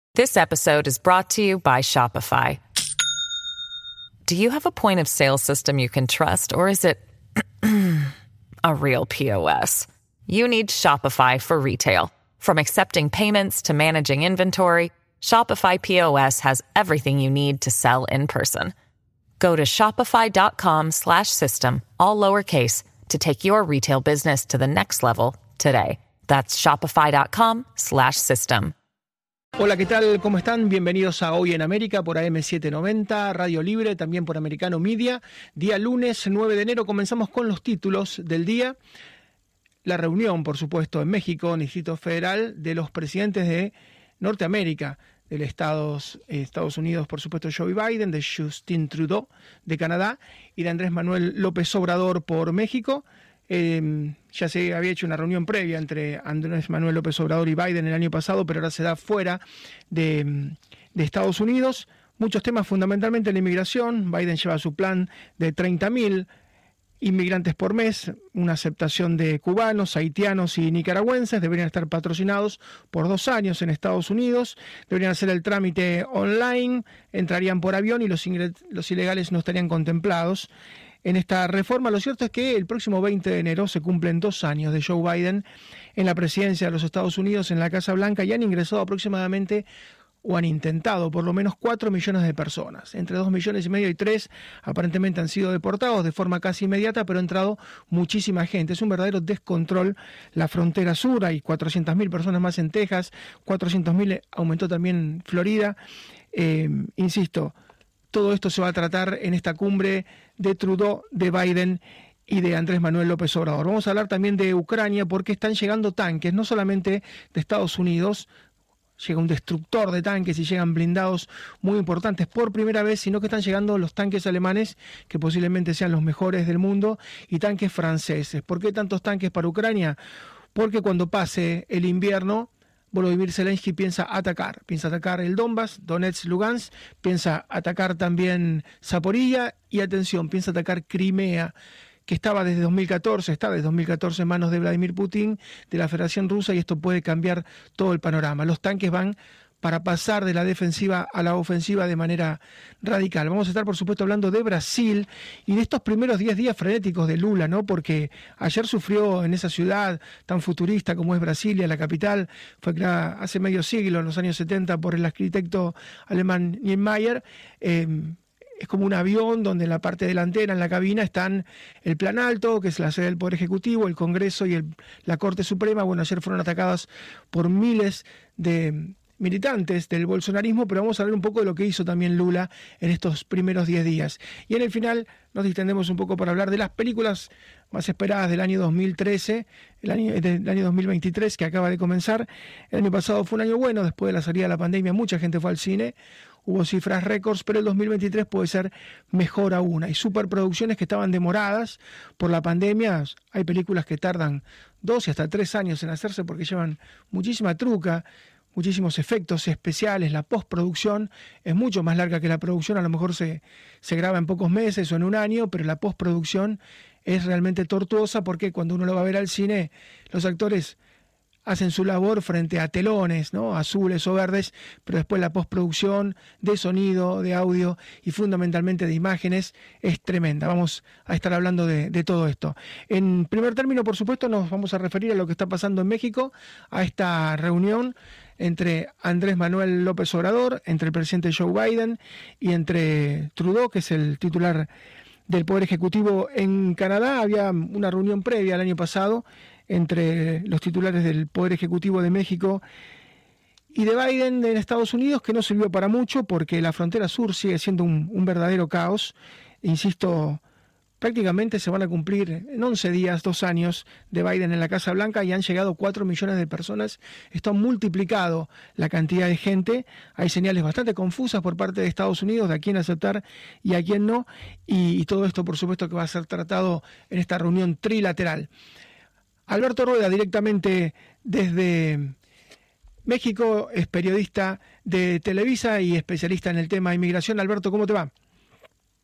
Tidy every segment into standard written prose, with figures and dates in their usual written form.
This episode is brought to you by Shopify. Do you have a point of sale system you can trust, or is it a real POS? You need Shopify for retail. From accepting payments to managing inventory, Shopify POS has everything you need to sell in person. Go to shopify.com/system, all lowercase, to take your retail business to the next level today. That's shopify.com/system. Hola, ¿qué tal? ¿Cómo están? Bienvenidos a Hoy en América por AM790, Radio Libre, también por Americano Media. Día lunes 9 de enero comenzamos con los títulos del día. La reunión, por supuesto, en México, en el Distrito Federal, de los presidentes de Norteamérica, del Estados Unidos, por supuesto, Joe Biden, de Justin Trudeau, de Canadá, y de Andrés Manuel López Obrador por México. Ya se había hecho una reunión previa entre Andrés Manuel López Obrador y Biden el año pasado, pero ahora se da fuera de Estados Unidos. Muchos temas, fundamentalmente la inmigración. Biden lleva su plan de 30.000 inmigrantes por mes, una aceptación de cubanos, haitianos y nicaragüenses. Deberían estar patrocinados por 2 años en Estados Unidos. Deberían hacer el trámite online, entrarían por avión y los ilegales no estarían contemplados en esta reforma. Lo cierto es que el próximo 20 de enero se cumplen 2 años de Joe Biden en la presidencia de los Estados Unidos, en la Casa Blanca, y han ingresado aproximadamente, o han intentado por lo menos 4 millones de personas. Entre 2,5 millones y 3 aparentemente han sido deportados de forma casi inmediata, pero ha entrado muchísima gente. Es un verdadero descontrol la frontera sur. Hay 400.000 personas más en Texas, 400.000 aumentó también en Florida. Insisto, todo esto se va a tratar en esta cumbre de Trudeau, de Biden y de Andrés Manuel López Obrador. Vamos a hablar también de Ucrania, porque están llegando tanques, no solamente de Estados Unidos. Llega un destructor de tanques y llegan blindados muy importantes por primera vez, sino que están llegando los tanques alemanes, que posiblemente sean los mejores del mundo, y tanques franceses. ¿Por qué tantos tanques para Ucrania? Porque cuando pase el invierno, Volodymyr Zelensky piensa atacar el Donbass, Donetsk, Lugansk, piensa atacar también Zaporilla y, atención, piensa atacar Crimea, que está desde 2014 en manos de Vladimir Putin, de la Federación Rusa, y esto puede cambiar todo el panorama. Los tanques van para pasar de la defensiva a la ofensiva de manera radical. Vamos a estar, por supuesto, hablando de Brasil y de estos primeros 10 días frenéticos de Lula, ¿no? Porque ayer sufrió en esa ciudad tan futurista como es Brasilia, la capital, fue creada hace medio siglo, en los años 70, por el arquitecto alemán Niemeyer. Es como un avión donde en la parte delantera, en la cabina, están el Planalto, que es la sede del Poder Ejecutivo, el Congreso y la Corte Suprema. Bueno, ayer fueron atacadas por miles de militantes del bolsonarismo, pero vamos a hablar un poco de lo que hizo también Lula en estos primeros 10 días. Y en el final nos distendemos un poco para hablar de las películas más esperadas del año 2013, del año 2023, que acaba de comenzar. El año pasado fue un año bueno, después de la salida de la pandemia mucha gente fue al cine, hubo cifras récords, pero el 2023 puede ser mejor aún. Hay superproducciones que estaban demoradas por la pandemia. Hay películas que tardan 2 y hasta 3 años en hacerse porque llevan muchísima truca, muchísimos efectos especiales. La postproducción es mucho más larga que la producción. A lo mejor se graba en pocos meses o en un año, pero la postproducción es realmente tortuosa, porque cuando uno lo va a ver al cine, los actores hacen su labor frente a telones, ¿no?, azules o verdes, pero después la postproducción de sonido, de audio y fundamentalmente de imágenes es tremenda. Vamos a estar hablando de todo esto. En primer término, por supuesto, nos vamos a referir a lo que está pasando en México, a esta reunión entre Andrés Manuel López Obrador, entre el presidente Joe Biden y entre Trudeau, que es el titular del Poder Ejecutivo en Canadá. Había una reunión previa el año pasado entre los titulares del Poder Ejecutivo de México y de Biden en Estados Unidos, que no sirvió para mucho porque la frontera sur sigue siendo un verdadero caos. Insisto, prácticamente se van a cumplir en 11 días 2 años de Biden en la Casa Blanca y han llegado 4 millones de personas. Esto ha multiplicado la cantidad de gente. Hay señales bastante confusas por parte de Estados Unidos de a quién aceptar y a quién no. Y todo esto, por supuesto, que va a ser tratado en esta reunión trilateral. Alberto Rueda, directamente desde México, es periodista de Televisa y especialista en el tema inmigración. Alberto, ¿cómo te va?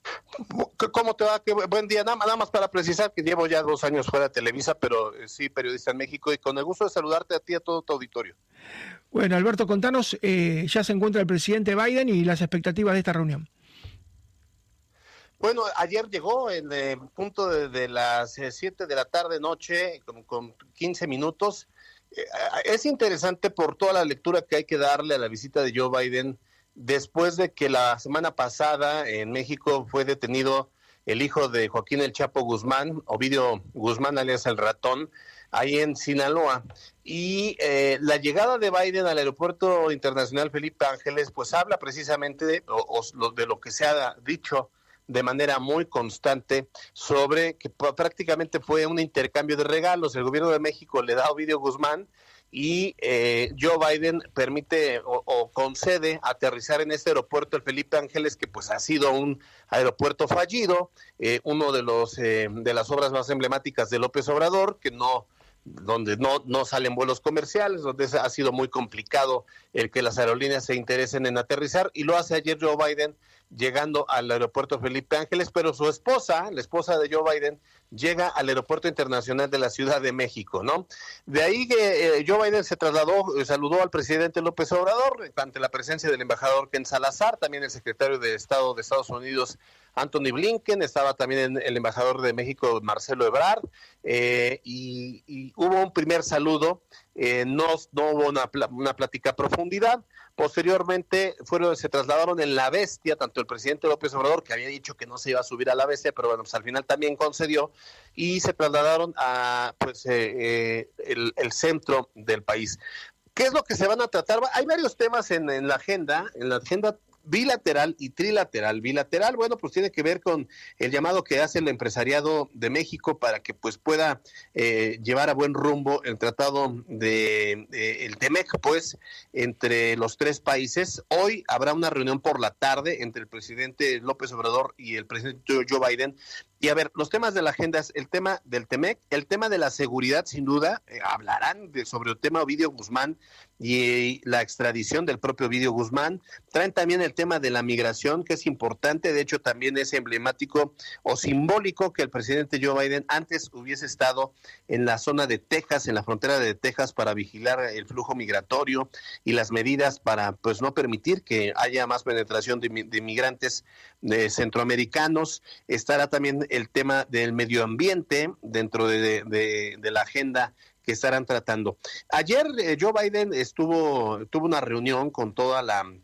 ¿Cómo te va? Buen día. Nada más para precisar que llevo ya 2 años fuera de Televisa, pero sí, periodista en México, y con el gusto de saludarte a ti y a todo tu auditorio. Bueno, Alberto, contanos, ya se encuentra el presidente Biden y las expectativas de esta reunión. Bueno, ayer llegó en punto de las 7 de la tarde noche, con 15 minutos. Es interesante por toda la lectura que hay que darle a la visita de Joe Biden, después de que la semana pasada en México fue detenido el hijo de Joaquín El Chapo Guzmán, Ovidio Guzmán, alias El Ratón, ahí en Sinaloa. Y la llegada de Biden al aeropuerto internacional Felipe Ángeles, pues habla precisamente de lo que se ha dicho de manera muy constante sobre que prácticamente fue un intercambio de regalos. El gobierno de México le da a Ovidio Guzmán y Joe Biden permite o concede aterrizar en este aeropuerto el Felipe Ángeles, que pues ha sido un aeropuerto fallido, uno de las obras más emblemáticas de López Obrador, donde no salen vuelos comerciales, donde ha sido muy complicado el que las aerolíneas se interesen en aterrizar, y lo hace ayer Joe Biden llegando al aeropuerto Felipe Ángeles, pero su esposa, la esposa de Joe Biden, llega al aeropuerto internacional de la Ciudad de México, ¿no? De ahí que Joe Biden se saludó al presidente López Obrador ante la presencia del embajador Ken Salazar, también el secretario de Estado de Estados Unidos, Anthony Blinken, estaba también el embajador de México, Marcelo Ebrard, y hubo un primer saludo, no hubo una plática a profundidad. Posteriormente se trasladaron en la Bestia, tanto el presidente López Obrador, que había dicho que no se iba a subir a la Bestia, pero bueno, pues al final también concedió, y se trasladaron a el centro del país. ¿Qué es lo que se van a tratar? Hay varios temas en la agenda bilateral y trilateral. Bilateral, bueno, pues tiene que ver con el llamado que hace el empresariado de México para que pues pueda llevar a buen rumbo el tratado de el TEMEC, pues, entre los tres países. Hoy habrá una reunión por la tarde entre el presidente López Obrador y el presidente Joe Biden. Y a ver, los temas de la agenda es el tema del TEMEC, el tema de la seguridad, sin duda, hablarán sobre el tema Ovidio Guzmán y la extradición del propio Ovidio Guzmán. Traen también el tema de la migración, que es importante, de hecho también es emblemático o simbólico que el presidente Joe Biden antes hubiese estado en la zona de Texas, en la frontera de Texas, para vigilar el flujo migratorio y las medidas para pues no permitir que haya más penetración de migrantes centroamericanos. Estará también el tema del medio ambiente dentro de la agenda que estarán tratando. Ayer Joe Biden tuvo una reunión con toda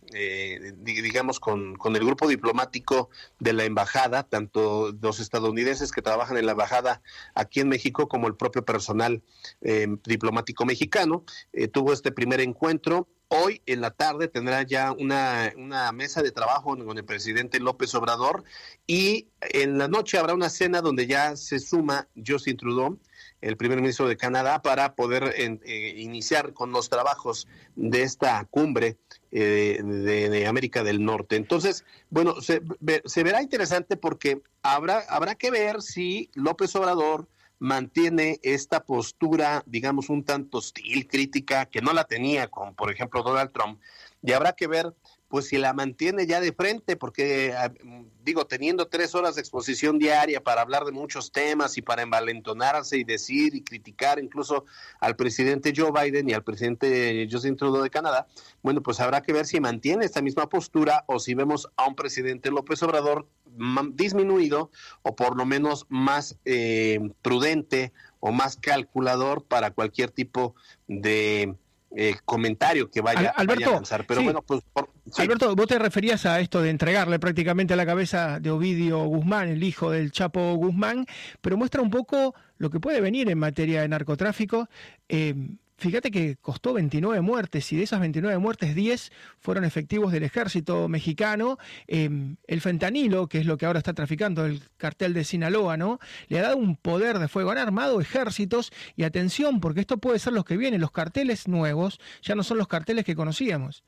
con el grupo diplomático de la embajada, tanto los estadounidenses que trabajan en la embajada aquí en México como el propio personal diplomático mexicano. Tuvo este primer encuentro. Hoy en la tarde tendrá ya una mesa de trabajo con el presidente López Obrador, y en la noche habrá una cena donde ya se suma Justin Trudeau, el primer ministro de Canadá, para poder iniciar con los trabajos de esta cumbre de América del Norte. Entonces, bueno, se verá interesante porque habrá que ver si López Obrador mantiene esta postura, digamos, un tanto hostil, crítica, que no la tenía con, por ejemplo, Donald Trump, y habrá que ver pues si la mantiene ya de frente, porque teniendo 3 horas de exposición diaria para hablar de muchos temas y para envalentonarse y decir y criticar incluso al presidente Joe Biden y al presidente Justin Trudeau de Canadá, bueno, pues habrá que ver si mantiene esta misma postura o si vemos a un presidente López Obrador disminuido o por lo menos más prudente o más calculador para cualquier tipo de comentario que vaya a lanzar. Pero sí. Bueno, pues sí. Alberto, vos te referías a esto de entregarle prácticamente la cabeza de Ovidio Guzmán, el hijo del Chapo Guzmán, pero muestra un poco lo que puede venir en materia de narcotráfico. Fíjate que costó 29 muertes y de esas 29 muertes 10 fueron efectivos del ejército mexicano. El fentanilo, que es lo que ahora está traficando el cartel de Sinaloa, ¿no? Le ha dado un poder de fuego. Han armado ejércitos y atención, porque esto puede ser los que vienen. Los carteles nuevos ya no son los carteles que conocíamos.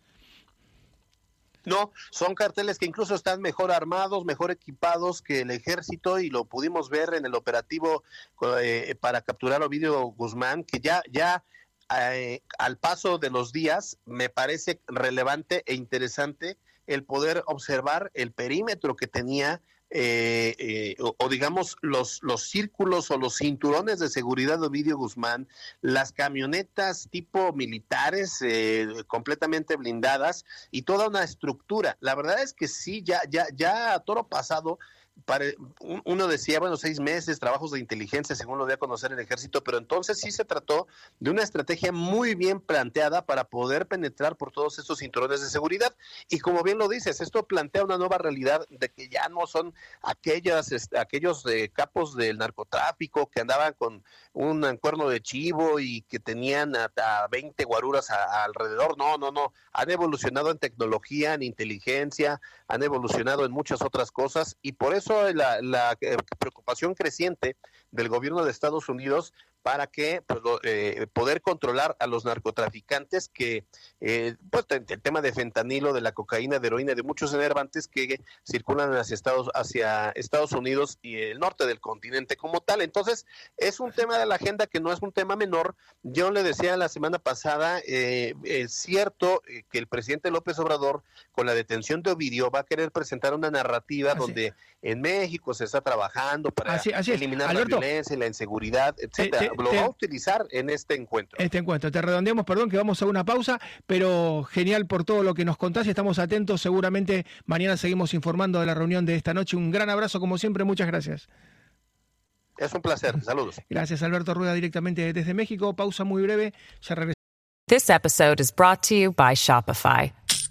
No, son carteles que incluso están mejor armados, mejor equipados que el ejército, y lo pudimos ver en el operativo para capturar a Ovidio Guzmán, que ya al paso de los días me parece relevante e interesante el poder observar el perímetro que tenía o digamos los círculos o los cinturones de seguridad de Ovidio Guzmán, las camionetas tipo militares completamente blindadas y toda una estructura. La verdad es que sí, ya a toro pasado. Uno decía, bueno, 6 meses, trabajos de inteligencia, según lo dio a conocer el ejército, pero entonces sí se trató de una estrategia muy bien planteada para poder penetrar por todos estos cinturones de seguridad. Y como bien lo dices, esto plantea una nueva realidad de que ya no son aquellos capos del narcotráfico que andaban con un cuerno de chivo y que tenían hasta 20 guaruras alrededor. No. Han evolucionado en tecnología, en inteligencia, han evolucionado en muchas otras cosas, y por eso la preocupación creciente del gobierno de Estados Unidos para que poder controlar a los narcotraficantes que, pues el tema de fentanilo, de la cocaína, de heroína, de muchos enervantes que circulan hacia Estados Unidos y el norte del continente como tal. Entonces, es un tema de la agenda que no es un tema menor. Yo le decía la semana pasada, es cierto que el presidente López Obrador, con la detención de Ovidio, va a querer presentar una narrativa donde en México se está trabajando para eliminar Alberto, la violencia y la inseguridad, etcétera. Lo va a utilizar en este encuentro. Te redondeamos, perdón, que vamos a una pausa, pero genial por todo lo que nos contás y estamos atentos. Seguramente mañana seguimos informando de la reunión de esta noche. Un gran abrazo, como siempre, muchas gracias. Es un placer, saludos. Gracias, Alberto Rueda, directamente desde México. Pausa muy breve, ya regresamos. This episode is brought to you by Shopify.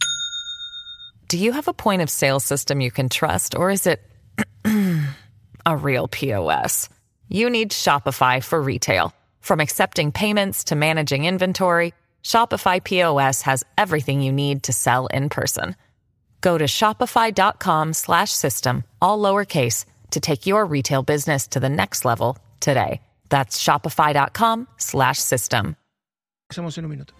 Do you have a point of sale system you can trust, or is it a real POS? You need Shopify for retail. From accepting payments to managing inventory, Shopify POS has everything you need to sell in person. Go to shopify.com/system, all lowercase, to take your retail business to the next level today. That's shopify.com/system. Hacemos en un minuto.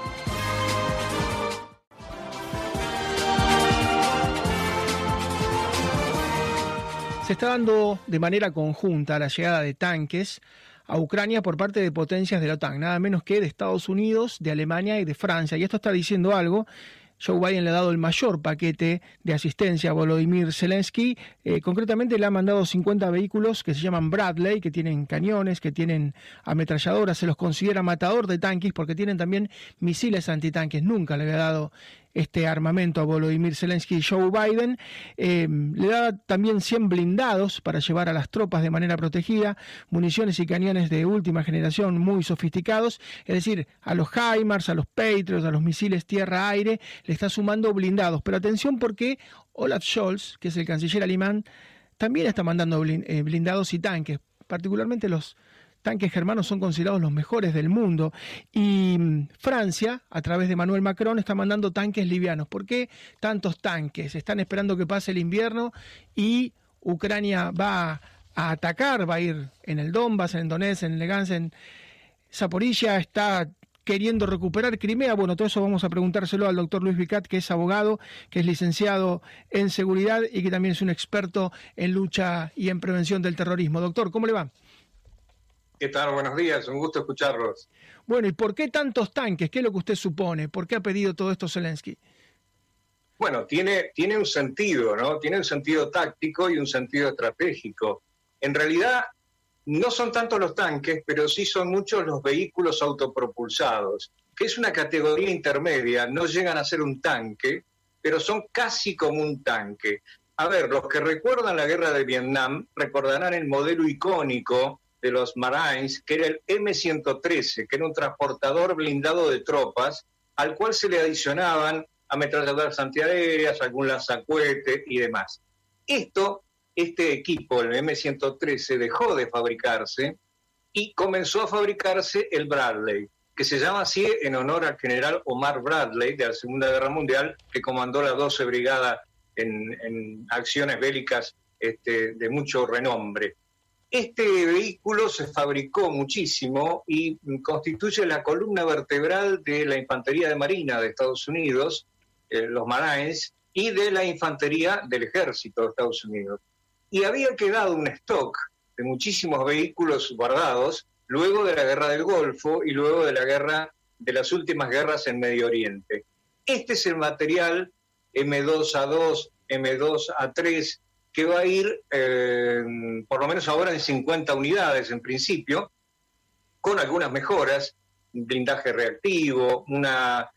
Se está dando de manera conjunta la llegada de tanques a Ucrania por parte de potencias de la OTAN, nada menos que de Estados Unidos, de Alemania y de Francia. Y esto está diciendo algo. Joe Biden le ha dado el mayor paquete de asistencia a Volodymyr Zelensky. Concretamente le ha mandado 50 vehículos que se llaman Bradley, que tienen cañones, que tienen ametralladoras. Se los considera matador de tanques porque tienen también misiles antitanques. Nunca le había dado este armamento a Volodymyr Zelensky y Joe Biden. Le da también 100 blindados para llevar a las tropas de manera protegida, municiones y cañones de última generación muy sofisticados, es decir, a los HIMARS, a los Patriots, a los misiles tierra-aire, le está sumando blindados. Pero atención, porque Olaf Scholz, que es el canciller alemán, también está mandando blindados y tanques. Particularmente los tanques germanos son considerados los mejores del mundo, y Francia, a través de Emmanuel Macron, está mandando tanques livianos. ¿Por qué tantos tanques? Están esperando que pase el invierno y Ucrania va a atacar, va a ir en el Donbass, en Donetsk, en Lugansk, en Zaporizhia, está queriendo recuperar Crimea. Bueno, todo eso vamos a preguntárselo al doctor Luis Vicat, que es abogado, que es licenciado en seguridad y que también es un experto en lucha y en prevención del terrorismo. Doctor, ¿cómo le va? ¿Qué tal? Buenos días, un gusto escucharlos. Bueno, ¿y por qué tantos tanques? ¿Qué es lo que usted supone? ¿Por qué ha pedido todo esto Zelensky? Bueno, tiene un sentido, ¿no? Tiene un sentido táctico y un sentido estratégico. En realidad, no son tantos los tanques, pero sí son muchos los vehículos autopropulsados, que es una categoría intermedia. No llegan a ser un tanque, pero son casi como un tanque. A ver, los que recuerdan la guerra de Vietnam recordarán el modelo icónico de los Marines, que era el M113, que era un transportador blindado de tropas, al cual se le adicionaban ametralladoras antiaéreas, algún lanzacohete y demás. Este equipo, el M113, dejó de fabricarse y comenzó a fabricarse el Bradley, que se llama así en honor al general Omar Bradley de la Segunda Guerra Mundial, que comandó la 12 Brigada en acciones bélicas de mucho renombre. Este vehículo se fabricó muchísimo y constituye la columna vertebral de la Infantería de Marina de Estados Unidos, los Marines, y de la Infantería del Ejército de Estados Unidos. Y había quedado un stock de muchísimos vehículos guardados luego de la Guerra del Golfo y luego de las últimas guerras en Medio Oriente. Este es el material M2A2, M2A3, que va a ir, por lo menos ahora, en 50 unidades en principio, con algunas mejoras, un blindaje reactivo, una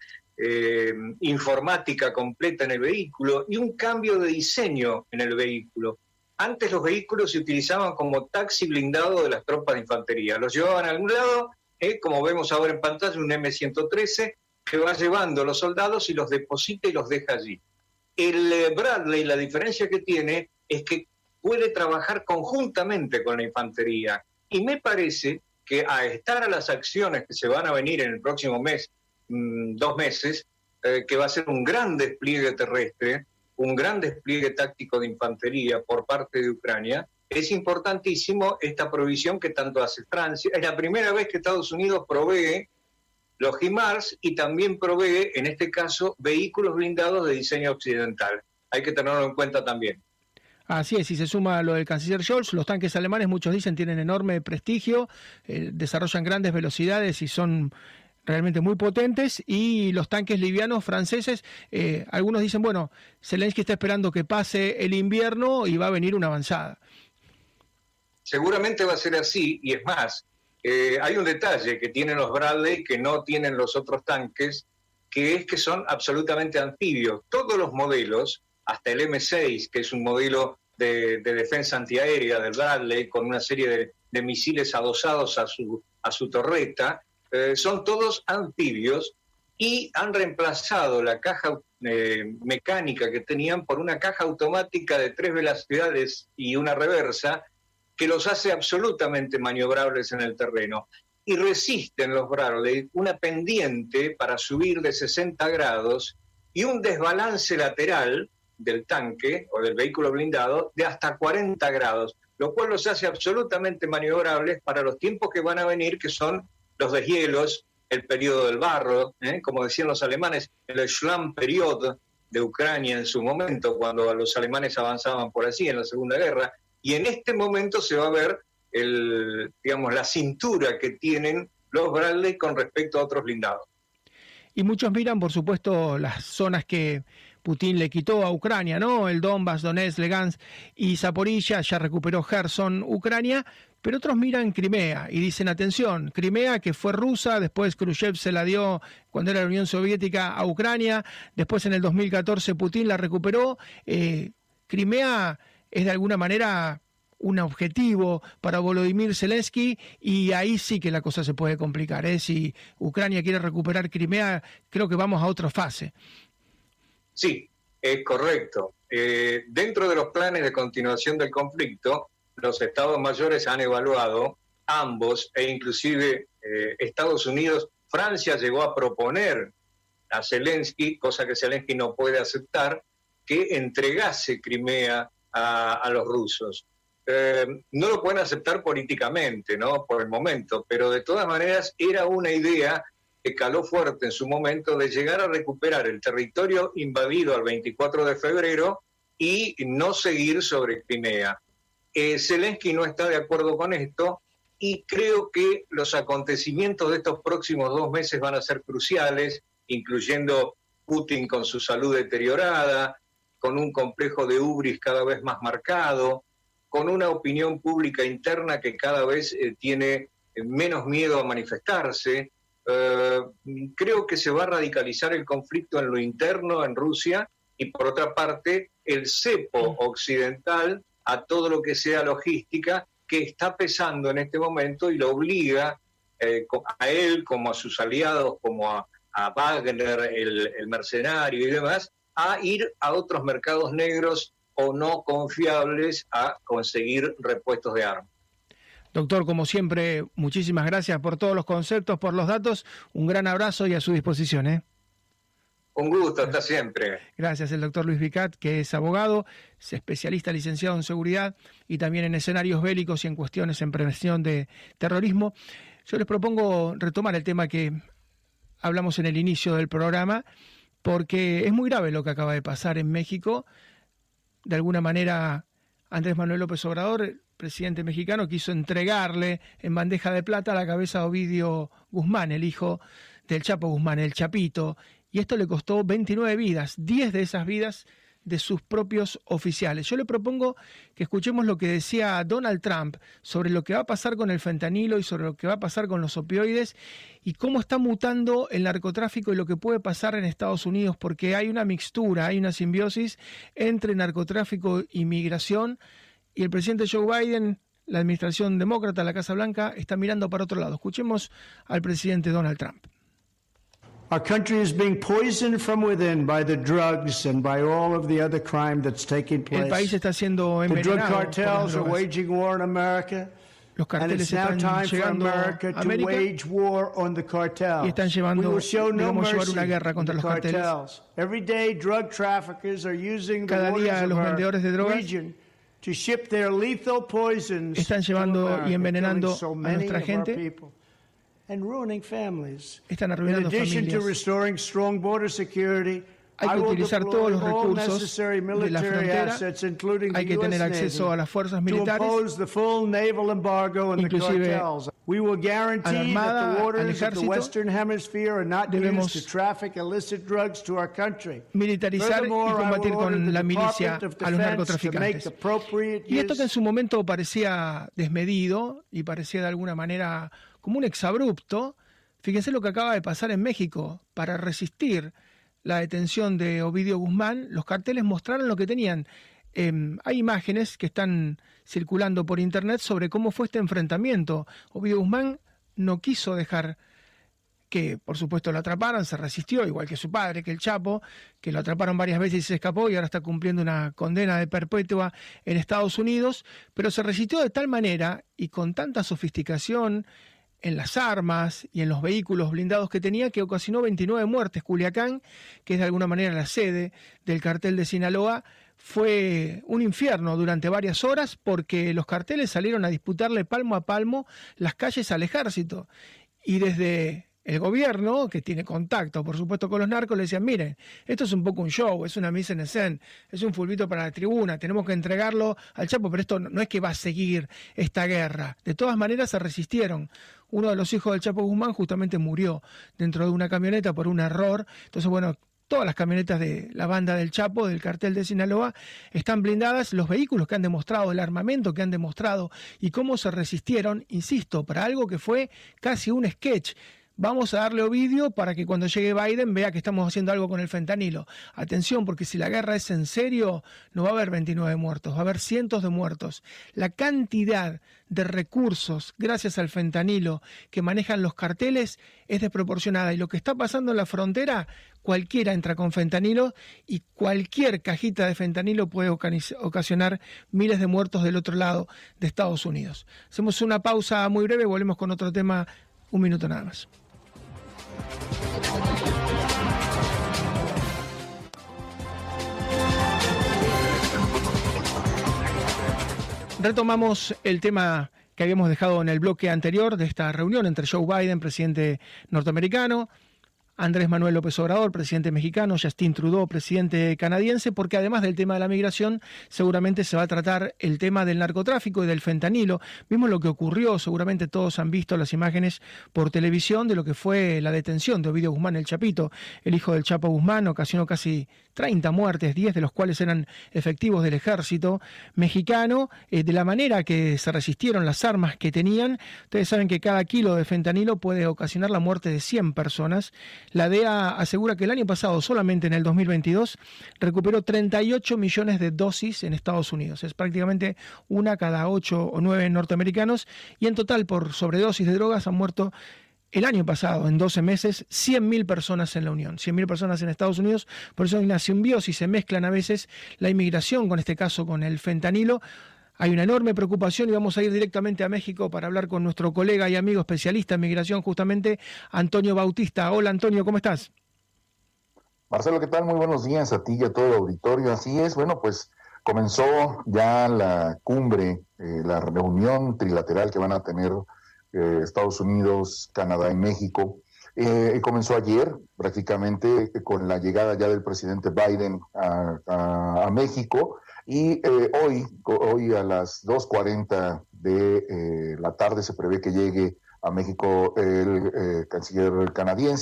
informática completa en el vehículo y un cambio de diseño en el vehículo. Antes los vehículos se utilizaban como taxi blindado de las tropas de infantería. Los llevaban a algún lado, como vemos ahora en pantalla, un M113 que va llevando a los soldados y los deposita y los deja allí. El Bradley, la diferencia que tiene es que puede trabajar conjuntamente con la infantería. Y me parece que a estar a las acciones que se van a venir en el próximo mes, 2 meses, que va a ser un gran despliegue terrestre, un gran despliegue táctico de infantería por parte de Ucrania, es importantísimo esta provisión que tanto hace Francia. Es la primera vez que Estados Unidos provee los HIMARS y también provee, en este caso, vehículos blindados de diseño occidental. Hay que tenerlo en cuenta también. Así es, y se suma lo del canciller Scholz. Los tanques alemanes, muchos dicen, tienen enorme prestigio, desarrollan grandes velocidades y son realmente muy potentes, y los tanques livianos franceses, algunos dicen, bueno, Zelensky está esperando que pase el invierno y va a venir una avanzada. Seguramente va a ser así, y es más, hay un detalle que tienen los Bradley que no tienen los otros tanques, que es que son absolutamente anfibios. Todos los modelos, hasta el M6, que es un modelo de defensa antiaérea del Bradley, con una serie de misiles adosados a su torreta, son todos anfibios y han reemplazado la caja mecánica que tenían por una caja automática de 3 velocidades y una reversa que los hace absolutamente maniobrables en el terreno. Y resisten los Bradley una pendiente para subir de 60 grados y un desbalance lateral del tanque o del vehículo blindado de hasta 40 grados, lo cual los hace absolutamente maniobrables para los tiempos que van a venir, que son los deshielos, el periodo del barro, como decían los alemanes, el Schlammperiodo de Ucrania en su momento, cuando los alemanes avanzaban por allí en la Segunda Guerra, y en este momento se va a ver la cintura que tienen los Bradley con respecto a otros blindados. Y muchos miran, por supuesto, las zonas que Putin le quitó a Ucrania, ¿no? El Donbass, Donetsk, Lugansk y Zaporilla, ya recuperó Gerson, Ucrania, pero otros miran Crimea y dicen, atención, Crimea que fue rusa, después Khrushchev se la dio cuando era la Unión Soviética a Ucrania, después en el 2014 Putin la recuperó. Crimea es de alguna manera un objetivo para Volodymyr Zelensky, y ahí sí que la cosa se puede complicar. Si Ucrania quiere recuperar Crimea, creo que vamos a otra fase. Sí, es correcto. Dentro de los planes de continuación del conflicto, los Estados Mayores han evaluado ambos, e inclusive Estados Unidos, Francia llegó a proponer a Zelensky, cosa que Zelensky no puede aceptar, que entregase Crimea a los rusos. No lo pueden aceptar políticamente, ¿no?, por el momento, pero de todas maneras era una idea que caló fuerte en su momento de llegar a recuperar el territorio invadido al 24 de febrero y no seguir sobre Crimea. Zelensky no está de acuerdo con esto y creo que los acontecimientos de estos próximos 2 meses van a ser cruciales, incluyendo Putin con su salud deteriorada, con un complejo de hubris cada vez más marcado, con una opinión pública interna que cada vez tiene menos miedo a manifestarse. Creo que se va a radicalizar el conflicto en lo interno en Rusia y, por otra parte, el cepo occidental a todo lo que sea logística, que está pesando en este momento y lo obliga a él, como a sus aliados, como a Wagner, el mercenario y demás, a ir a otros mercados negros o no confiables a conseguir repuestos de armas. Doctor, como siempre, muchísimas gracias por todos los conceptos, por los datos. Un gran abrazo y a su disposición. Un gusto, hasta siempre. Gracias, el doctor Luis Vicat, que es abogado, es especialista licenciado en seguridad y también en escenarios bélicos y en cuestiones en prevención de terrorismo. Yo les propongo retomar el tema que hablamos en el inicio del programa, porque es muy grave lo que acaba de pasar en México. De alguna manera, Andrés Manuel López Obrador, el presidente mexicano, quiso entregarle en bandeja de plata la cabeza a Ovidio Guzmán, el hijo del Chapo Guzmán, el Chapito, y esto le costó 29 vidas. 10 de esas vidas de sus propios oficiales. Yo le propongo que escuchemos lo que decía Donald Trump sobre lo que va a pasar con el fentanilo y sobre lo que va a pasar con los opioides y cómo está mutando el narcotráfico y lo que puede pasar en Estados Unidos, porque hay una mixtura, hay una simbiosis entre narcotráfico y migración, y el presidente Joe Biden, la administración demócrata, la Casa Blanca, está mirando para otro lado. Escuchemos al presidente Donald Trump. Our country is being poisoned from within by the drugs and by all of the other crime that's taking place. El país está siendo The drug envenenado por las cartels are drogas. waging war in America. Los And carteles it's now están time for llegando America a to América wage war on the cartels. y están We llevando, will show no digamos, llevar mercy una guerra contra to los carteles. cartels. Every day, drug traffickers are using the Cada waters día of los our vendedores de drogas region to ship their lethal poisons están to llevando America, y envenenando killing so a many nuestra of our gente. people and ruining families. Están In arruinando addition to familias. restoring strong border security, Hay que I will utilizar deploy todos los all recursos necessary de la military frontera. assets, including Hay the que US tener acceso Navy, a las fuerzas to militares, impose the full naval embargo on the inclusive cartels. We will guarantee a la Armada, that the al waters of the ejército. Western Hemisphere are not Debemos used to traffic illicit drugs to our country. militarizar y Furthermore, I combatir will order con the la milicia Department of a los Defense to make narcotraficantes. appropriate Y esto que en use su momento parecía desmedido y parecía de alguna manera como un exabrupto, fíjense lo que acaba de pasar en México. Para resistir la detención de Ovidio Guzmán, los carteles mostraron lo que tenían. Hay imágenes que están circulando por internet sobre cómo fue este enfrentamiento. Ovidio Guzmán no quiso dejar que, por supuesto, lo atraparan, se resistió, igual que su padre, que el Chapo, que lo atraparon varias veces y se escapó y ahora está cumpliendo una condena de perpetua en Estados Unidos, pero se resistió de tal manera y con tanta sofisticación en las armas y en los vehículos blindados que tenía, que ocasionó 29 muertes. Culiacán, que es de alguna manera la sede del cartel de Sinaloa, fue un infierno durante varias horas porque los carteles salieron a disputarle palmo a palmo las calles al ejército. Y desde el gobierno, que tiene contacto, por supuesto, con los narcos, le decían, miren, esto es un poco un show, es una mise en escène, es un fulbito para la tribuna, tenemos que entregarlo al Chapo, pero esto no es que va a seguir esta guerra. De todas maneras se resistieron. Uno de los hijos del Chapo Guzmán justamente murió dentro de una camioneta por un error. Entonces, bueno, todas las camionetas de la banda del Chapo, del cartel de Sinaloa, están blindadas. Los vehículos que han demostrado, el armamento que han demostrado y cómo se resistieron, insisto, para algo que fue casi un sketch. Vamos a darle Ovidio para que cuando llegue Biden vea que estamos haciendo algo con el fentanilo. Atención, porque si la guerra es en serio, no va a haber 29 muertos, va a haber cientos de muertos. La cantidad de recursos, gracias al fentanilo, que manejan los carteles es desproporcionada. Y lo que está pasando en la frontera, cualquiera entra con fentanilo y cualquier cajita de fentanilo puede ocasionar miles de muertos del otro lado de Estados Unidos. Hacemos una pausa muy breve, volvemos con otro tema, un minuto nada más. Retomamos el tema que habíamos dejado en el bloque anterior de esta reunión entre Joe Biden, presidente norteamericano, Andrés Manuel López Obrador, presidente mexicano, Justin Trudeau, presidente canadiense, porque además del tema de la migración, seguramente se va a tratar el tema del narcotráfico y del fentanilo. Vimos lo que ocurrió, seguramente todos han visto las imágenes por televisión de lo que fue la detención de Ovidio Guzmán, el Chapito, el hijo del Chapo Guzmán, ocasionó casi 30 muertes, 10 de los cuales eran efectivos del ejército mexicano, de la manera que se resistieron, las armas que tenían. Ustedes saben que cada kilo de fentanilo puede ocasionar la muerte de 100 personas. La DEA asegura que el año pasado, solamente en el 2022, recuperó 38 millones de dosis en Estados Unidos. Es prácticamente una cada 8 o 9 norteamericanos, y en total por sobredosis de drogas han muerto el año pasado, en 12 meses, 100.000 personas en la Unión, 100.000 personas en Estados Unidos. Por eso hay una simbiosis, se mezclan a veces la inmigración, con este caso con el fentanilo. Hay una enorme preocupación y vamos a ir directamente a México para hablar con nuestro colega y amigo especialista en migración, justamente Antonio Bautista. Hola Antonio, ¿cómo estás? Marcelo, ¿qué tal? Muy buenos días a ti y a todo el auditorio. Así es, bueno, pues comenzó ya la cumbre, la reunión trilateral que van a tener Estados Unidos, Canadá y México. Comenzó ayer, prácticamente, con la llegada ya del presidente Biden a México. Y hoy a las 2:40 de la tarde se prevé que llegue a México el canciller canadiense.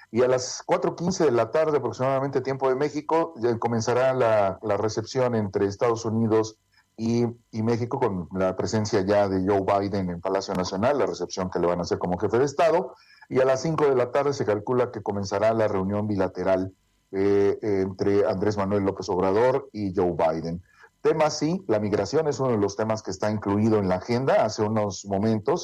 Y a las 4:15 de la tarde, aproximadamente tiempo de México, ya comenzará la recepción entre Estados Unidos y México, con la presencia ya de Joe Biden en Palacio Nacional, la recepción que le van a hacer como jefe de Estado. Y a las 5 de la tarde se calcula que comenzará la reunión bilateral entre Andrés Manuel López Obrador y Joe Biden. Tema sí, la migración es uno de los temas que está incluido en la agenda. Hace unos momentos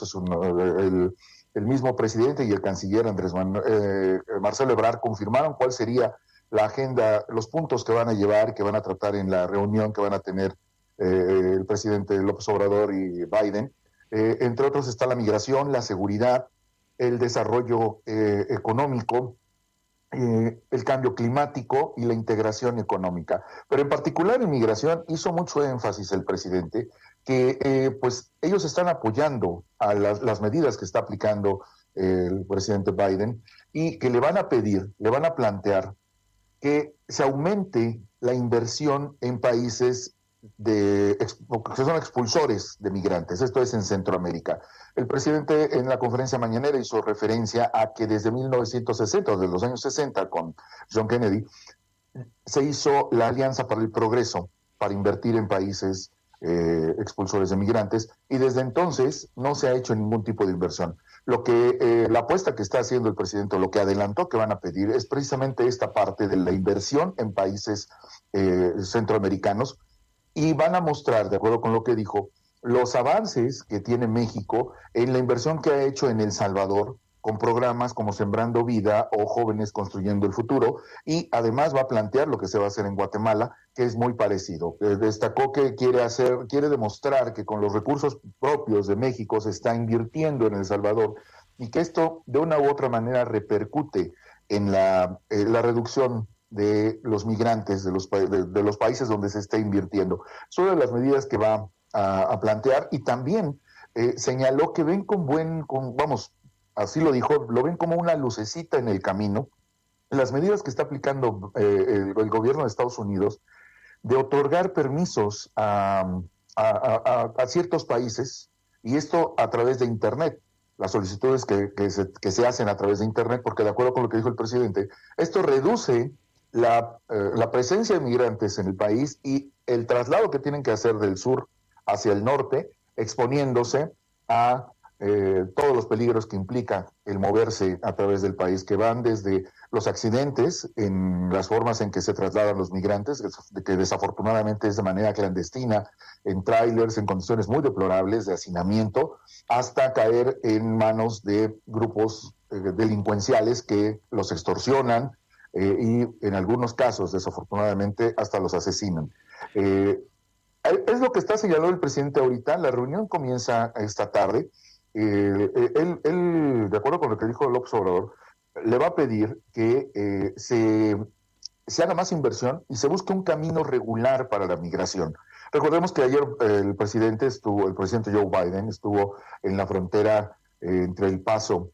el mismo presidente y el canciller Marcelo Ebrard confirmaron cuál sería la agenda, los puntos que van a llevar, que van a tratar en la reunión que van a tener el presidente López Obrador y Biden. Entre otros está la migración, la seguridad, el desarrollo económico, el cambio climático y la integración económica. Pero en particular en migración hizo mucho énfasis el presidente que pues ellos están apoyando a las medidas que está aplicando el presidente Biden y que le van a pedir, le van a plantear que se aumente la inversión en países que son expulsores de migrantes, esto es en Centroamérica. El presidente en la conferencia mañanera hizo referencia a que desde 1960, desde los años 60 con John Kennedy, se hizo la Alianza para el Progreso para invertir en países expulsores de migrantes, y desde entonces no se ha hecho ningún tipo de inversión. Lo que la apuesta que está haciendo el presidente, lo que adelantó que van a pedir, es precisamente esta parte de la inversión en países centroamericanos, y van a mostrar, de acuerdo con lo que dijo, los avances que tiene México en la inversión que ha hecho en El Salvador, con programas como Sembrando Vida o Jóvenes Construyendo el Futuro, y además va a plantear lo que se va a hacer en Guatemala, que es muy parecido. Destacó que quiere demostrar que con los recursos propios de México se está invirtiendo en El Salvador, y que esto de una u otra manera repercute en la reducción de los migrantes de los países donde se está invirtiendo. Es una de las medidas que va a plantear, y también señaló que ven así lo dijo, lo ven como una lucecita en el camino, las medidas que está aplicando el gobierno de Estados Unidos de otorgar permisos a ciertos países, y esto a través de Internet, las solicitudes que se hacen a través de Internet, porque de acuerdo con lo que dijo el presidente, esto reduce la presencia de migrantes en el país y el traslado que tienen que hacer del sur hacia el norte, exponiéndose a todos los peligros que implica el moverse a través del país, que van desde los accidentes en las formas en que se trasladan los migrantes, que desafortunadamente es de manera clandestina, en trailers, en condiciones muy deplorables de hacinamiento, hasta caer en manos de grupos delincuenciales que los extorsionan y en algunos casos, desafortunadamente, hasta los asesinan. Es lo que está señalando el presidente ahorita. La reunión comienza esta tarde. Él, de acuerdo con lo que dijo López Obrador, le va a pedir que se haga más inversión y se busque un camino regular para la migración. Recordemos que ayer el presidente Joe Biden estuvo en la frontera entre El Paso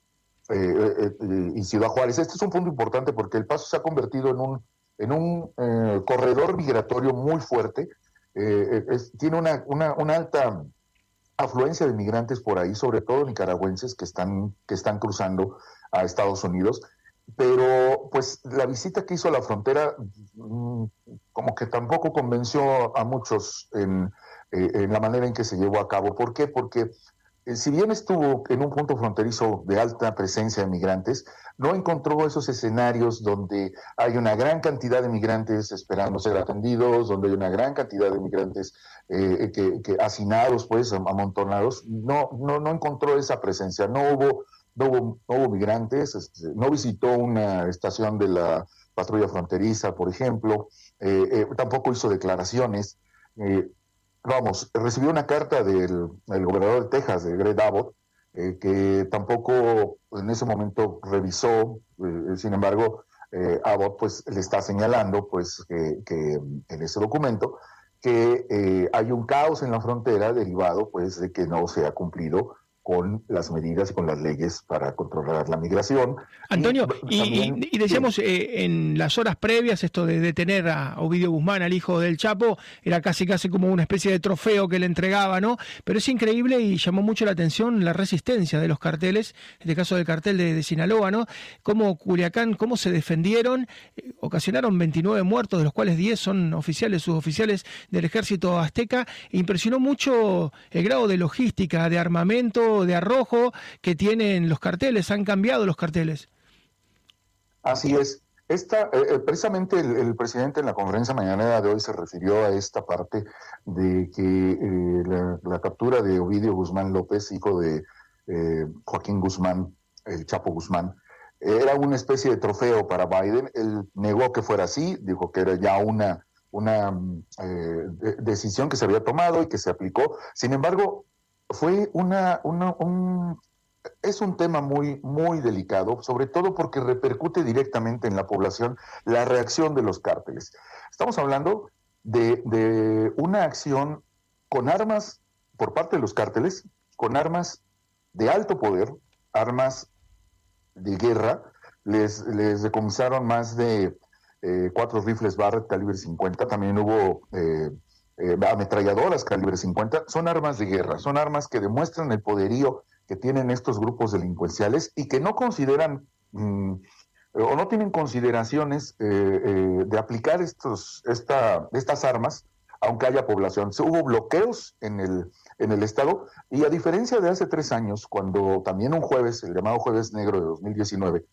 y Ciudad Juárez. Este es un punto importante porque El Paso se ha convertido en un corredor migratorio muy fuerte. Tiene una alta afluencia de migrantes por ahí, sobre todo nicaragüenses que están cruzando a Estados Unidos, pero pues la visita que hizo a la frontera como que tampoco convenció a muchos en la manera en que se llevó a cabo. ¿Por qué? Porque si bien estuvo en un punto fronterizo de alta presencia de migrantes, no encontró esos escenarios donde hay una gran cantidad de migrantes esperando ser atendidos, donde hay una gran cantidad de migrantes que hacinados, pues, amontonados. No encontró esa presencia, no hubo migrantes, no visitó una estación de la patrulla fronteriza, por ejemplo, tampoco hizo declaraciones. Recibió una carta del gobernador de Texas, de Greg Abbott, que tampoco en ese momento revisó. Sin embargo, Abbott pues le está señalando pues que en ese documento que hay un caos en la frontera derivado pues de que no se ha cumplido con las medidas y con las leyes para controlar la migración. Antonio, También, y decíamos, en las horas previas, esto de detener a Ovidio Guzmán, al hijo del Chapo, era casi como una especie de trofeo que le entregaba, ¿no? Pero es increíble y llamó mucho la atención la resistencia de los carteles, en este caso del cartel de Sinaloa, ¿no? Cómo Culiacán, cómo se defendieron, ocasionaron 29 muertos, de los cuales 10 son oficiales, suboficiales del ejército azteca. Impresionó mucho el grado de logística, de armamento, de arrojo que tienen los carteles. Han cambiado los carteles. Así es. Precisamente el presidente en la conferencia mañanera de hoy se refirió a esta parte de que la captura de Ovidio Guzmán López, hijo de Joaquín Guzmán, el Chapo Guzmán, era una especie de trofeo para Biden. Él negó que fuera así, dijo que era ya una decisión que se había tomado y que se aplicó. Sin embargo, fue es un tema muy, muy delicado, sobre todo porque repercute directamente en la población la reacción de los cárteles. Estamos hablando de una acción con armas por parte de los cárteles, con armas de alto poder, armas de guerra. Les decomisaron más de 4 rifles Barrett calibre 50, también hubo ametralladoras calibre 50. Son armas de guerra, son armas que demuestran el poderío que tienen estos grupos delincuenciales y que no consideran o no tienen consideraciones de aplicar estas armas, aunque haya población. Hubo bloqueos en el estado, y a diferencia de hace 3 años, cuando también un jueves, el llamado Jueves Negro de 2019,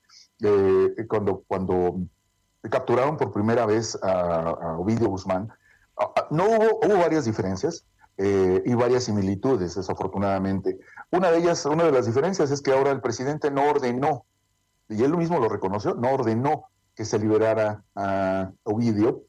cuando capturaron por primera vez a Ovidio Guzmán, hubo varias diferencias y varias similitudes, desafortunadamente. Una de las diferencias es que ahora el presidente no ordenó, y él mismo lo reconoció, no ordenó que se liberara a Ovidio,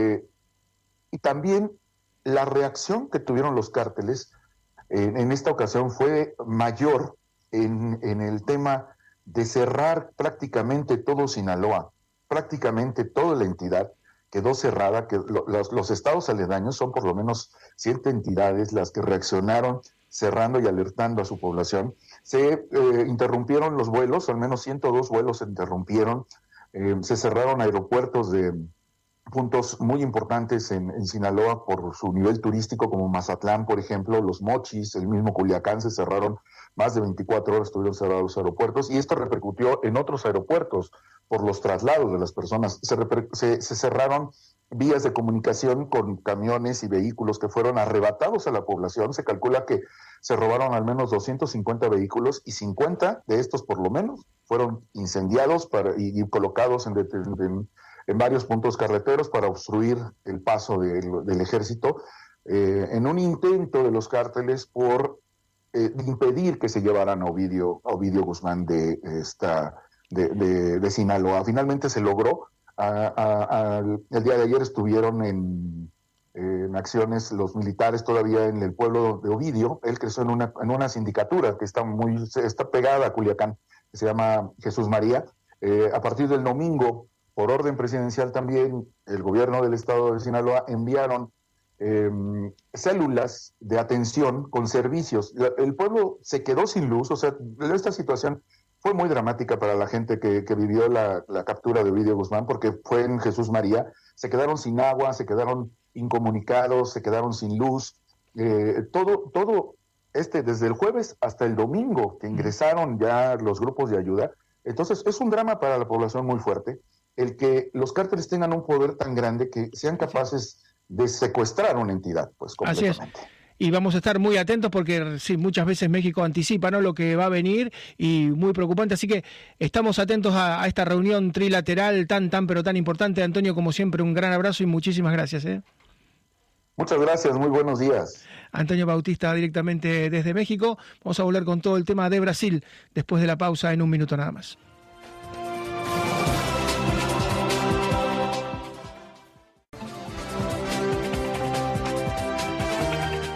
y también la reacción que tuvieron los cárteles en esta ocasión fue mayor en el tema de cerrar prácticamente todo Sinaloa, prácticamente toda la entidad quedó cerrada, que los estados aledaños son por lo menos 7 entidades las que reaccionaron cerrando y alertando a su población. Se interrumpieron los vuelos, al menos 102 vuelos se interrumpieron, se cerraron aeropuertos de puntos muy importantes en Sinaloa por su nivel turístico, como Mazatlán, por ejemplo, Los Mochis, el mismo Culiacán, se cerraron más de 24 horas, estuvieron cerrados los aeropuertos, y esto repercutió en otros aeropuertos por los traslados de las personas. Se cerraron vías de comunicación con camiones y vehículos que fueron arrebatados a la población. Se calcula que se robaron al menos 250 vehículos y 50 de estos por lo menos fueron incendiados y colocados en varios puntos carreteros para obstruir el paso del ejército, en un intento de los cárteles por impedir que se llevaran a Ovidio Guzmán de Sinaloa. Finalmente se logró. El día de ayer estuvieron en acciones los militares todavía en el pueblo de Ovidio. Él creció en una sindicatura que está pegada a Culiacán, que se llama Jesús María. A partir del domingo, por orden presidencial también, el gobierno del estado de Sinaloa enviaron células de atención con servicios. El pueblo se quedó sin luz. O sea, esta situación fue muy dramática para la gente que vivió la captura de Ovidio Guzmán, porque fue en Jesús María. Se quedaron sin agua, se quedaron incomunicados, se quedaron sin luz. Todo desde el jueves hasta el domingo, que ingresaron ya los grupos de ayuda. Entonces, es un drama para la población muy fuerte el que los cárteles tengan un poder tan grande que sean capaces de secuestrar una entidad, pues, completamente. Así es. Y vamos a estar muy atentos porque sí, muchas veces México anticipa, ¿no?, lo que va a venir, y muy preocupante. Así que estamos atentos a esta reunión trilateral pero tan importante. Antonio, como siempre, un gran abrazo y muchísimas gracias. Muchas gracias, muy buenos días. Antonio Bautista, directamente desde México. Vamos a volver con todo el tema de Brasil después de la pausa, en un minuto nada más.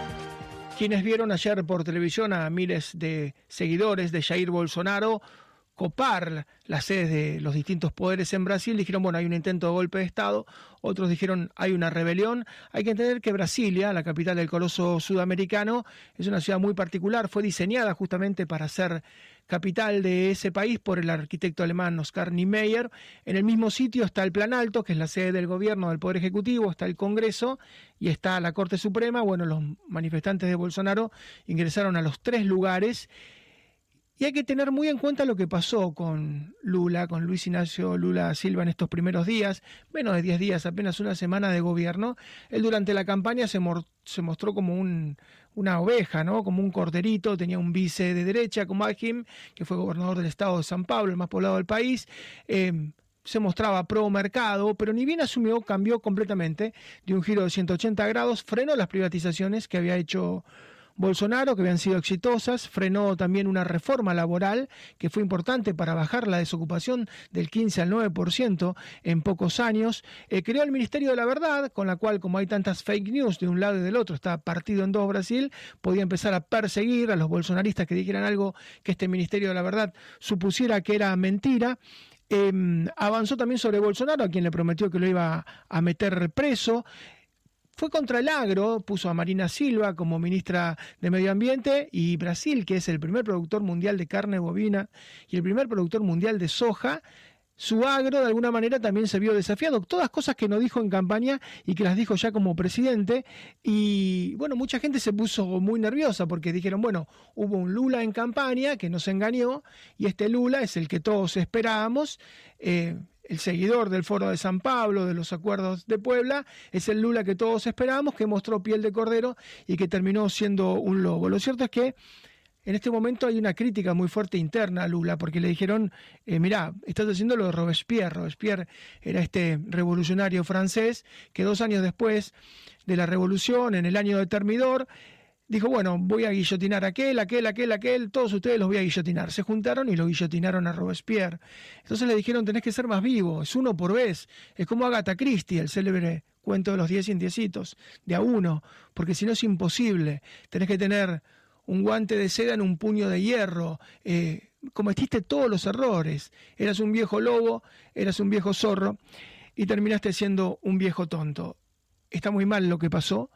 Quienes vieron ayer por televisión a miles de seguidores de Jair Bolsonaro copar las sedes de los distintos poderes en Brasil. Dijeron, bueno, hay un intento de golpe de Estado, otros dijeron hay una rebelión. Hay que entender que Brasilia, la capital del coloso sudamericano, es una ciudad muy particular, fue diseñada justamente para ser capital de ese país por el arquitecto alemán Oscar Niemeyer. En el mismo sitio está el Planalto, que es la sede del gobierno, del Poder Ejecutivo, está el Congreso y está la Corte Suprema. Bueno, los manifestantes de Bolsonaro ingresaron a los 3 lugares. Y hay que tener muy en cuenta lo que pasó con Lula, con Luis Ignacio Lula Silva en estos primeros días, menos de 10 días, apenas una semana de gobierno. Él durante la campaña se mostró como una oveja, ¿no? Como un corderito, tenía un vice de derecha como Alckmin, que fue gobernador del estado de San Pablo, el más poblado del país. Se mostraba pro mercado, pero ni bien asumió, cambió completamente, dio un giro de 180 grados, frenó las privatizaciones que había hecho Bolsonaro, que habían sido exitosas, frenó también una reforma laboral que fue importante para bajar la desocupación del 15 al 9% en pocos años, creó el Ministerio de la Verdad, con la cual, como hay tantas fake news de un lado y del otro, está partido en dos Brasil, podía empezar a perseguir a los bolsonaristas que dijeran algo que este Ministerio de la Verdad supusiera que era mentira. Avanzó también sobre Bolsonaro, a quien le prometió que lo iba a meter preso. Fue contra el agro, puso a Marina Silva como ministra de Medio Ambiente, y Brasil, que es el primer productor mundial de carne bovina y el primer productor mundial de soja, su agro de alguna manera también se vio desafiado. Todas cosas que no dijo en campaña y que las dijo ya como presidente. Y bueno, mucha gente se puso muy nerviosa porque dijeron, bueno, hubo un Lula en campaña que nos engañó y este Lula es el que todos esperábamos. El seguidor del Foro de San Pablo, de los acuerdos de Puebla, es el Lula que todos esperábamos, que mostró piel de cordero y que terminó siendo un lobo. Lo cierto es que en este momento hay una crítica muy fuerte interna a Lula, porque le dijeron, mirá, estás haciendo lo de Robespierre. Robespierre era este revolucionario francés que 2 años después de la revolución, en el año de Termidor, dijo, bueno, voy a guillotinar a aquel, todos ustedes los voy a guillotinar. Se juntaron y lo guillotinaron a Robespierre. Entonces le dijeron, tenés que ser más vivo, es uno por vez. Es como Agatha Christie, el célebre cuento de los 10 indiecitos, de a uno, porque si no es imposible. Tenés que tener un guante de seda en un puño de hierro. Cometiste todos los errores. Eras un viejo lobo, eras un viejo zorro y terminaste siendo un viejo tonto. Está muy mal lo que pasó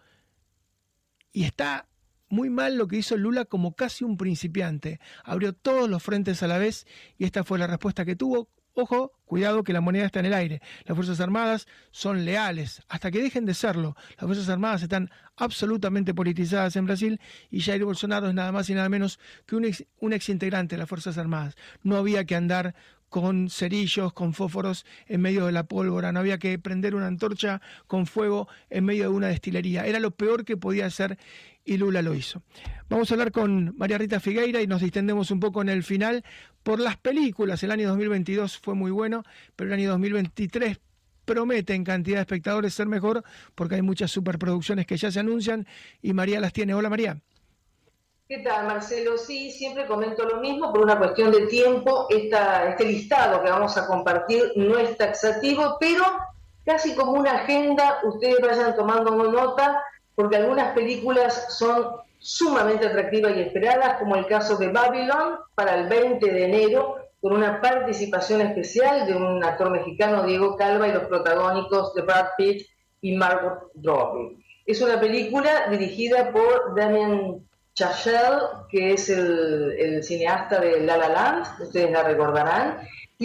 y está muy mal lo que hizo Lula como casi un principiante. Abrió todos los frentes a la vez y esta fue la respuesta que tuvo. Ojo, cuidado que la moneda está en el aire. Las Fuerzas Armadas son leales hasta que dejen de serlo. Las Fuerzas Armadas están absolutamente politizadas en Brasil y Jair Bolsonaro es nada más y nada menos que un exintegrante de las Fuerzas Armadas. No había que andar con cerillos, con fósforos en medio de la pólvora, no había que prender una antorcha con fuego en medio de una destilería. Era lo peor que podía hacer y Lula lo hizo. Vamos a hablar con María Rita Figueira y nos distendemos un poco en el final por las películas. El año 2022 fue muy bueno, pero el año 2023 promete en cantidad de espectadores ser mejor porque hay muchas superproducciones que ya se anuncian y María las tiene. Hola María. ¿Qué tal, Marcelo? Sí, siempre comento lo mismo, por una cuestión de tiempo, este listado que vamos a compartir no es taxativo, pero casi como una agenda, ustedes vayan tomando nota, porque algunas películas son sumamente atractivas y esperadas, como el caso de Babylon, para el 20 de enero, con una participación especial de un actor mexicano, Diego Calva, y los protagónicos de Brad Pitt y Margot Robbie. Es una película dirigida por Damien Chazelle, que es el cineasta de La La Land, ustedes la recordarán, y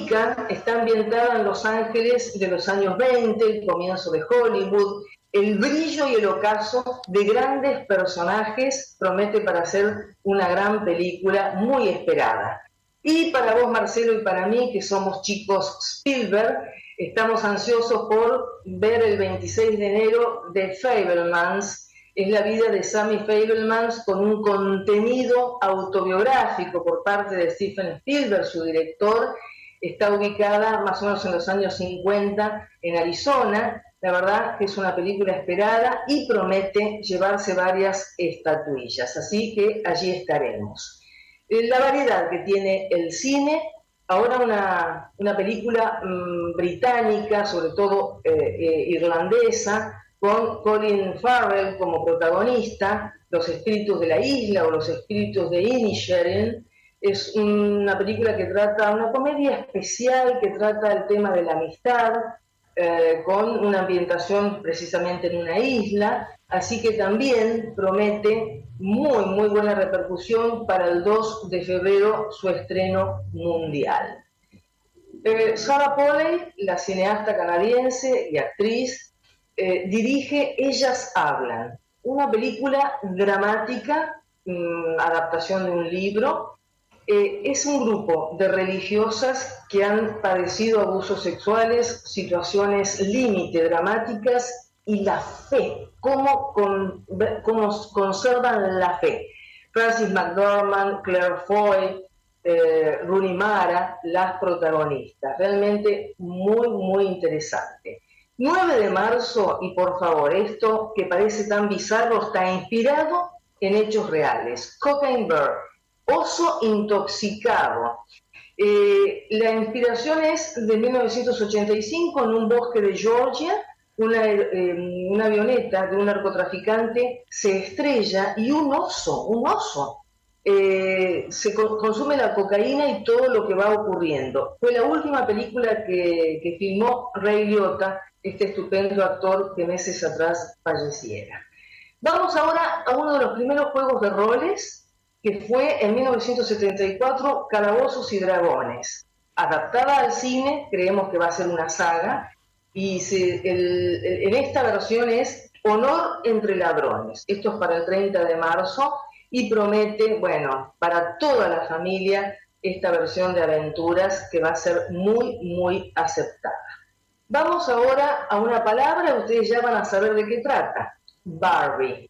está ambientada en Los Ángeles de los años 20, el comienzo de Hollywood, el brillo y el ocaso de grandes personajes, promete para ser una gran película muy esperada. Y para vos, Marcelo, y para mí, que somos chicos Spielberg, estamos ansiosos por ver el 26 de enero The Fabelmans. Es la vida de Sammy Fabelmans con un contenido autobiográfico por parte de Steven Spielberg, su director. Está ubicada más o menos en los años 50 en Arizona. La verdad que es una película esperada y promete llevarse varias estatuillas, así que allí estaremos. La variedad que tiene el cine, ahora una película británica, sobre todo irlandesa, con Colin Farrell como protagonista, Los espíritus de la isla o Los espíritus de Inisherin, Es una película que trata, una comedia especial que trata el tema de la amistad, con una ambientación precisamente en una isla, así que también promete muy, muy buena repercusión para el 2 de febrero, su estreno mundial. Sarah Polley, la cineasta canadiense y actriz, dirige Ellas Hablan, una película dramática, adaptación de un libro. Es un grupo de religiosas que han padecido abusos sexuales, situaciones límite dramáticas y la fe, cómo conservan la fe. Frances McDormand, Claire Foy, Rooney Mara, las protagonistas. Realmente muy, muy interesante. 9 de marzo, y por favor, esto que parece tan bizarro está inspirado en hechos reales. Cocaine Bear, oso intoxicado. La inspiración es de 1985 en un bosque de Georgia. Una avioneta de un narcotraficante se estrella y un oso se consume la cocaína y todo lo que va ocurriendo. Fue la última película que filmó Ray Liotta, este estupendo actor que meses atrás falleciera. Vamos ahora a uno de los primeros juegos de roles, que fue en 1974, Calabozos y Dragones. Adaptada al cine, creemos que va a ser una saga, y en esta versión es Honor entre Ladrones. Esto es para el 30 de marzo y promete, bueno, para toda la familia, esta versión de aventuras que va a ser muy, muy aceptada. Vamos ahora a una palabra, ustedes ya van a saber de qué trata. Barbie.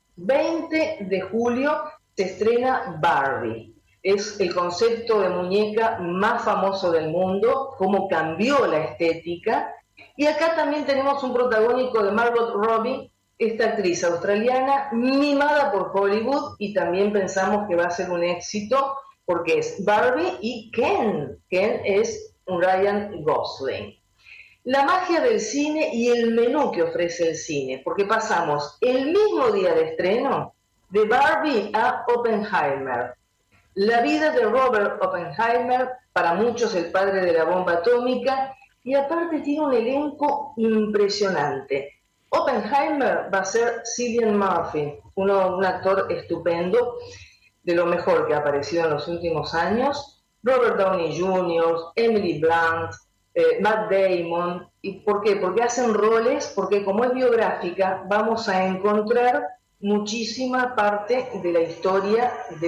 20 de julio se estrena Barbie. Es el concepto de muñeca más famoso del mundo, cómo cambió la estética. Y acá también tenemos un protagónico de Margot Robbie, esta actriz australiana mimada por Hollywood, y también pensamos que va a ser un éxito porque es Barbie y Ken. Ken es un Ryan Gosling. La magia del cine y el menú que ofrece el cine, porque pasamos el mismo día de estreno de Barbie a Oppenheimer. La vida de Robert Oppenheimer, para muchos el padre de la bomba atómica, y aparte tiene un elenco impresionante. Oppenheimer va a ser Cillian Murphy, un actor estupendo, de lo mejor que ha aparecido en los últimos años. Robert Downey Jr., Emily Blunt, Matt Damon. ¿Y por qué? Porque hacen roles, porque como es biográfica, vamos a encontrar muchísima parte de la historia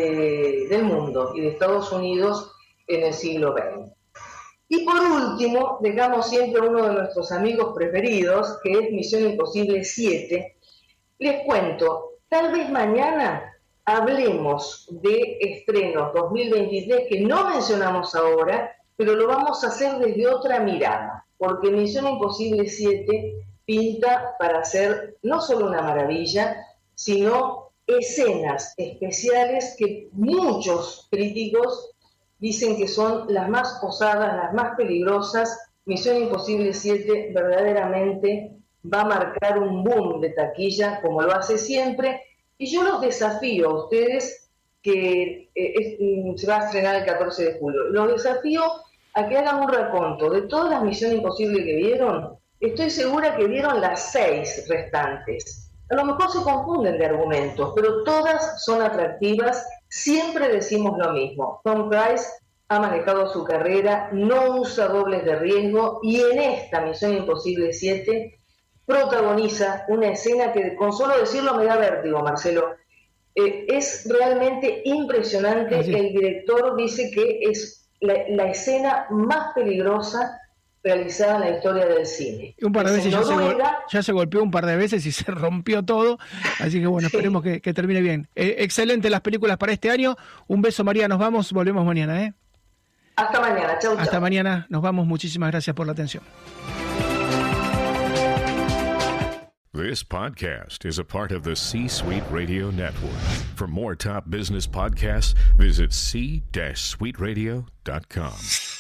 del mundo y de Estados Unidos en el siglo XX. Y por último, dejamos siempre a uno de nuestros amigos preferidos, que es Misión Imposible 7. Les cuento, tal vez mañana hablemos de estrenos 2023 que no mencionamos ahora, pero lo vamos a hacer desde otra mirada, porque Misión Imposible 7 pinta para ser no solo una maravilla, sino escenas especiales que muchos críticos dicen que son las más osadas, las más peligrosas. Misión Imposible 7 verdaderamente va a marcar un boom de taquilla, como lo hace siempre, y yo los desafío a ustedes, que se va a estrenar el 14 de julio, los desafío a que hagan un raconto de todas las Misiones Imposibles que vieron. Estoy segura que vieron las 6 restantes. A lo mejor se confunden de argumentos, pero todas son atractivas. Siempre decimos lo mismo. Tom Cruise ha manejado su carrera, no usa dobles de riesgo, y en esta Misión Imposible 7 protagoniza una escena que con solo decirlo me da vértigo, Marcelo. Es realmente impresionante. El director dice que es la escena más peligrosa realizada en la historia del cine. Un par de veces ya se golpeó un par de veces y se rompió todo, así que bueno, esperemos que termine bien. Excelente las películas para este año. Un beso, María, nos vamos, volvemos mañana. Hasta mañana, chau. Hasta mañana, nos vamos, muchísimas gracias por la atención. This podcast is a part of the C-Suite Radio Network. For more top business podcasts, visit c-suiteradio.com.